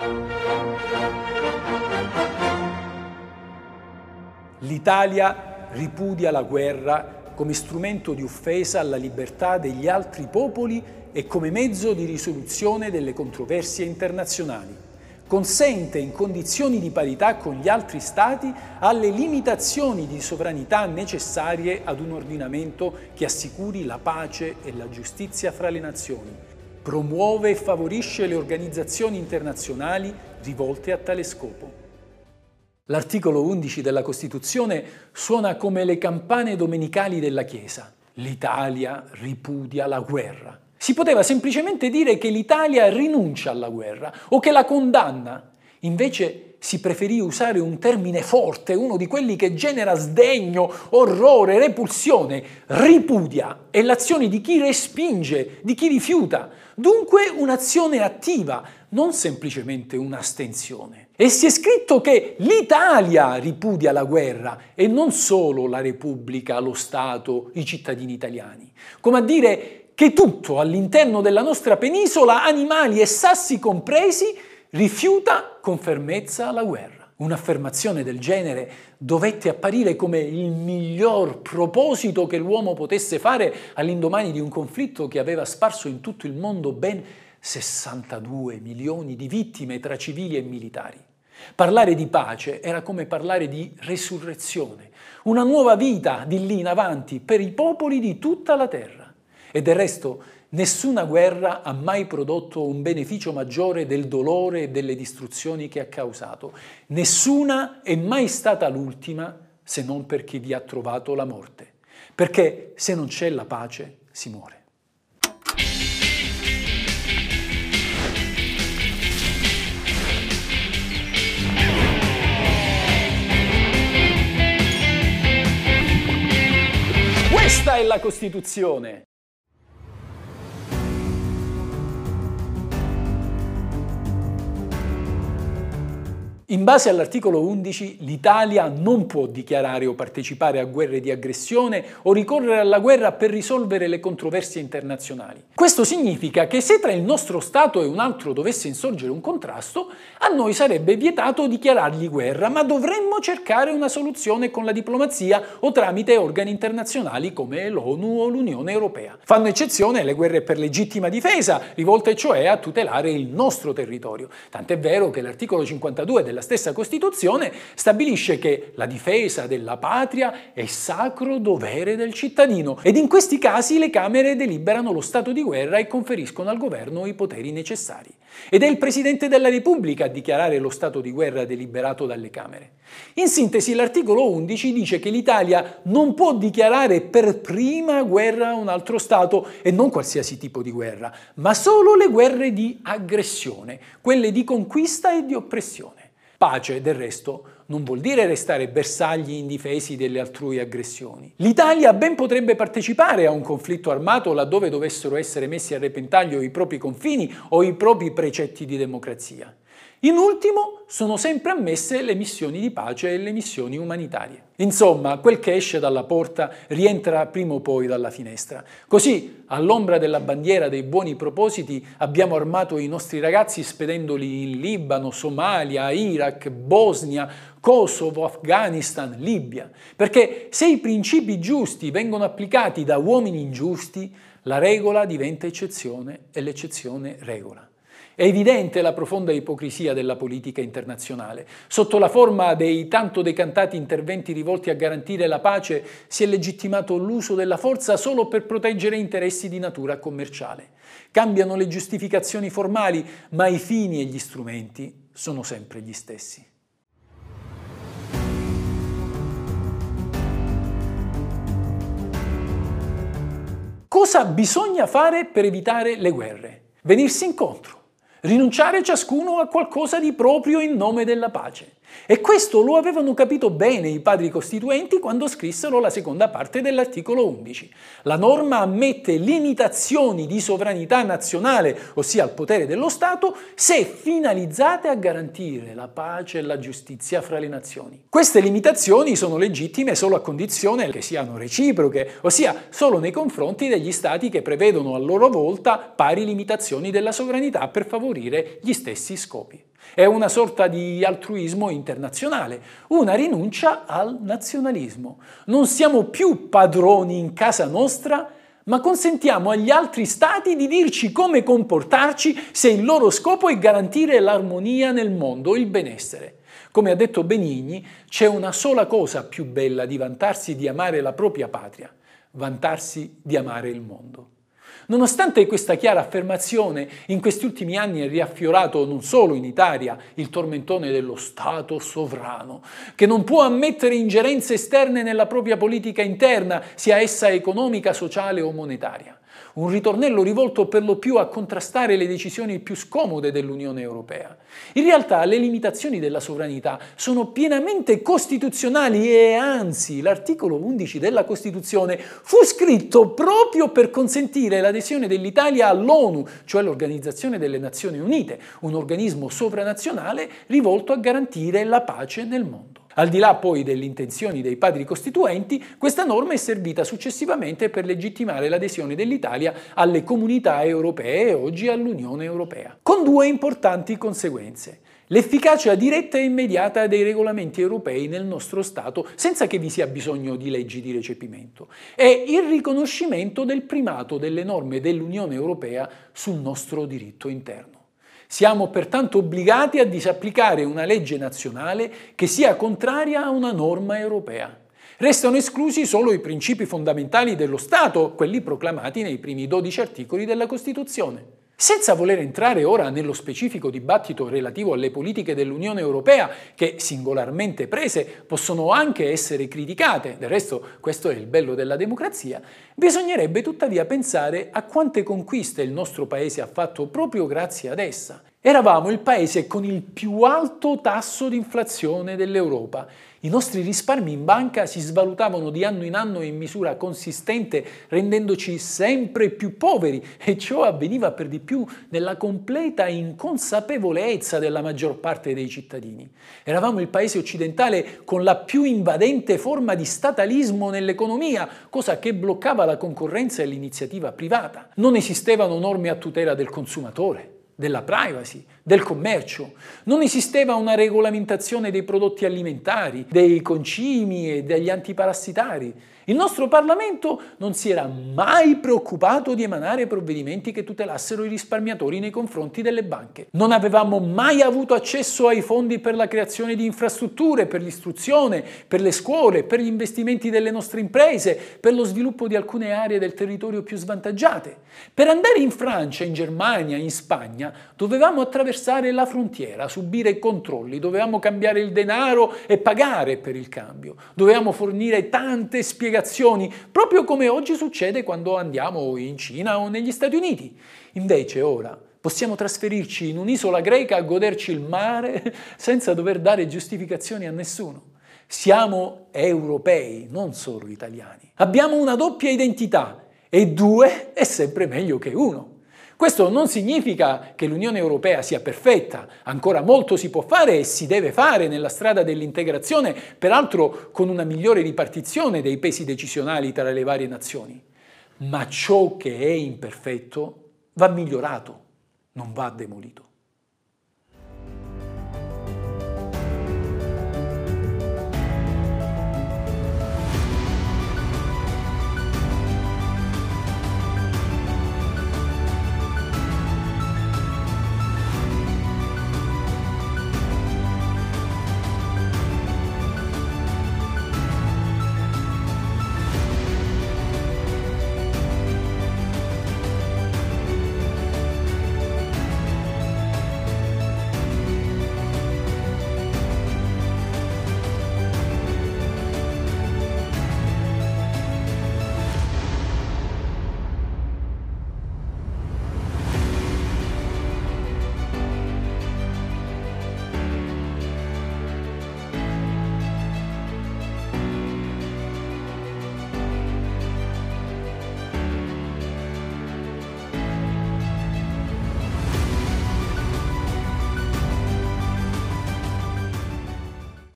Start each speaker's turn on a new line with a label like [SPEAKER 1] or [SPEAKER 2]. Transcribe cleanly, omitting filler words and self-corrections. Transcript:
[SPEAKER 1] L'Italia ripudia la guerra come strumento di offesa alla libertà degli altri popoli e come mezzo di risoluzione delle controversie internazionali. Consente in condizioni di parità con gli altri Stati alle limitazioni di sovranità necessarie ad un ordinamento che assicuri la pace e la giustizia fra le nazioni. Promuove e favorisce le organizzazioni internazionali rivolte a tale scopo. L'articolo 11 della Costituzione suona come le campane domenicali della Chiesa. L'Italia ripudia la guerra. Si poteva semplicemente dire che l'Italia rinuncia alla guerra o che la condanna. Invece si preferì usare un termine forte, uno di quelli che genera sdegno, orrore, repulsione. Ripudia è l'azione di chi respinge, di chi rifiuta. Dunque un'azione attiva, non semplicemente un'astensione. E si è scritto che l'Italia ripudia la guerra e non solo la Repubblica, lo Stato, i cittadini italiani. Come a dire che tutto all'interno della nostra penisola, animali e sassi compresi, rifiuta con fermezza la guerra. Un'affermazione del genere dovette apparire come il miglior proposito che l'uomo potesse fare all'indomani di un conflitto che aveva sparso in tutto il mondo ben 62 milioni di vittime tra civili e militari. Parlare di pace era come parlare di resurrezione, una nuova vita di lì in avanti per i popoli di tutta la terra. E del resto nessuna guerra ha mai prodotto un beneficio maggiore del dolore e delle distruzioni che ha causato. Nessuna è mai stata l'ultima se non per chi vi ha trovato la morte. Perché se non c'è la pace si muore. Questa è la Costituzione! In base all'articolo 11, l'Italia non può dichiarare o partecipare a guerre di aggressione o ricorrere alla guerra per risolvere le controversie internazionali. Questo significa che se tra il nostro Stato e un altro dovesse insorgere un contrasto, a noi sarebbe vietato dichiarargli guerra, ma dovremmo cercare una soluzione con la diplomazia o tramite organi internazionali come l'ONU o l'Unione Europea. Fanno eccezione le guerre per legittima difesa, rivolte cioè a tutelare il nostro territorio. Tant'è vero che l'articolo 52 della stessa Costituzione stabilisce che la difesa della patria è sacro dovere del cittadino ed in questi casi le Camere deliberano lo stato di guerra e conferiscono al governo i poteri necessari. Ed è il Presidente della Repubblica a dichiarare lo stato di guerra deliberato dalle Camere. In sintesi, l'articolo 11 dice che l'Italia non può dichiarare per prima guerra a un altro Stato e non qualsiasi tipo di guerra, ma solo le guerre di aggressione, quelle di conquista e di oppressione. Pace, del resto, non vuol dire restare bersagli indifesi delle altrui aggressioni. L'Italia ben potrebbe partecipare a un conflitto armato laddove dovessero essere messi a repentaglio i propri confini o i propri precetti di democrazia. In ultimo, sono sempre ammesse le missioni di pace e le missioni umanitarie. Insomma, quel che esce dalla porta rientra prima o poi dalla finestra. Così, all'ombra della bandiera dei buoni propositi, abbiamo armato i nostri ragazzi spedendoli in Libano, Somalia, Iraq, Bosnia, Kosovo, Afghanistan, Libia. Perché se i principi giusti vengono applicati da uomini ingiusti, la regola diventa eccezione e l'eccezione regola. È evidente la profonda ipocrisia della politica internazionale. Sotto la forma dei tanto decantati interventi rivolti a garantire la pace si è legittimato l'uso della forza solo per proteggere interessi di natura commerciale. Cambiano le giustificazioni formali, ma i fini e gli strumenti sono sempre gli stessi. Cosa bisogna fare per evitare le guerre? Venirsi incontro. Rinunciare ciascuno a qualcosa di proprio in nome della pace. E questo lo avevano capito bene i padri costituenti quando scrissero la seconda parte dell'articolo 11. La norma ammette limitazioni di sovranità nazionale, ossia al potere dello Stato, se finalizzate a garantire la pace e la giustizia fra le nazioni. Queste limitazioni sono legittime solo a condizione che siano reciproche, ossia solo nei confronti degli Stati che prevedono a loro volta pari limitazioni della sovranità per favorire gli stessi scopi. È una sorta di altruismo internazionale, una rinuncia al nazionalismo. Non siamo più padroni in casa nostra, ma consentiamo agli altri stati di dirci come comportarci se il loro scopo è garantire l'armonia nel mondo, il benessere. Come ha detto Benigni, c'è una sola cosa più bella di vantarsi di amare la propria patria, vantarsi di amare il mondo. Nonostante questa chiara affermazione, in questi ultimi anni è riaffiorato non solo in Italia il tormentone dello Stato sovrano, che non può ammettere ingerenze esterne nella propria politica interna, sia essa economica, sociale o monetaria. Un ritornello rivolto per lo più a contrastare le decisioni più scomode dell'Unione Europea. In realtà le limitazioni della sovranità sono pienamente costituzionali e anzi l'articolo 11 della Costituzione fu scritto proprio per consentire l'adesione dell'Italia all'ONU, cioè l'Organizzazione delle Nazioni Unite, un organismo sovranazionale rivolto a garantire la pace nel mondo. Al di là poi delle intenzioni dei padri costituenti, questa norma è servita successivamente per legittimare l'adesione dell'Italia alle comunità europee e oggi all'Unione Europea, con due importanti conseguenze. L'efficacia diretta e immediata dei regolamenti europei nel nostro Stato senza che vi sia bisogno di leggi di recepimento e il riconoscimento del primato delle norme dell'Unione Europea sul nostro diritto interno. Siamo pertanto obbligati a disapplicare una legge nazionale che sia contraria a una norma europea. Restano esclusi solo i principi fondamentali dello Stato, quelli proclamati nei primi 12 articoli della Costituzione. Senza voler entrare ora nello specifico dibattito relativo alle politiche dell'Unione Europea, che singolarmente prese possono anche essere criticate, del resto questo è il bello della democrazia, bisognerebbe tuttavia pensare a quante conquiste il nostro Paese ha fatto proprio grazie ad essa. Eravamo il paese con il più alto tasso di inflazione dell'Europa. I nostri risparmi in banca si svalutavano di anno in anno in misura consistente, rendendoci sempre più poveri, e ciò avveniva per di più nella completa inconsapevolezza della maggior parte dei cittadini. Eravamo il paese occidentale con la più invadente forma di statalismo nell'economia, cosa che bloccava la concorrenza e l'iniziativa privata. Non esistevano norme a tutela del consumatore, della privacy, del commercio. Non esisteva una regolamentazione dei prodotti alimentari, dei concimi e degli antiparassitari. Il nostro Parlamento non si era mai preoccupato di emanare provvedimenti che tutelassero i risparmiatori nei confronti delle banche. Non avevamo mai avuto accesso ai fondi per la creazione di infrastrutture, per l'istruzione, per le scuole, per gli investimenti delle nostre imprese, per lo sviluppo di alcune aree del territorio più svantaggiate. Per andare in Francia, in Germania, in Spagna, dovevamo attraversare la frontiera, subire controlli, dovevamo cambiare il denaro e pagare per il cambio. Dovevamo fornire tante spiegazioni, proprio come oggi succede quando andiamo in Cina o negli Stati Uniti. Invece ora possiamo trasferirci in un'isola greca a goderci il mare senza dover dare giustificazioni a nessuno. Siamo europei, non solo italiani. Abbiamo una doppia identità e due è sempre meglio che uno. Questo non significa che l'Unione Europea sia perfetta, ancora molto si può fare e si deve fare nella strada dell'integrazione, peraltro con una migliore ripartizione dei pesi decisionali tra le varie nazioni. Ma ciò che è imperfetto va migliorato, non va demolito.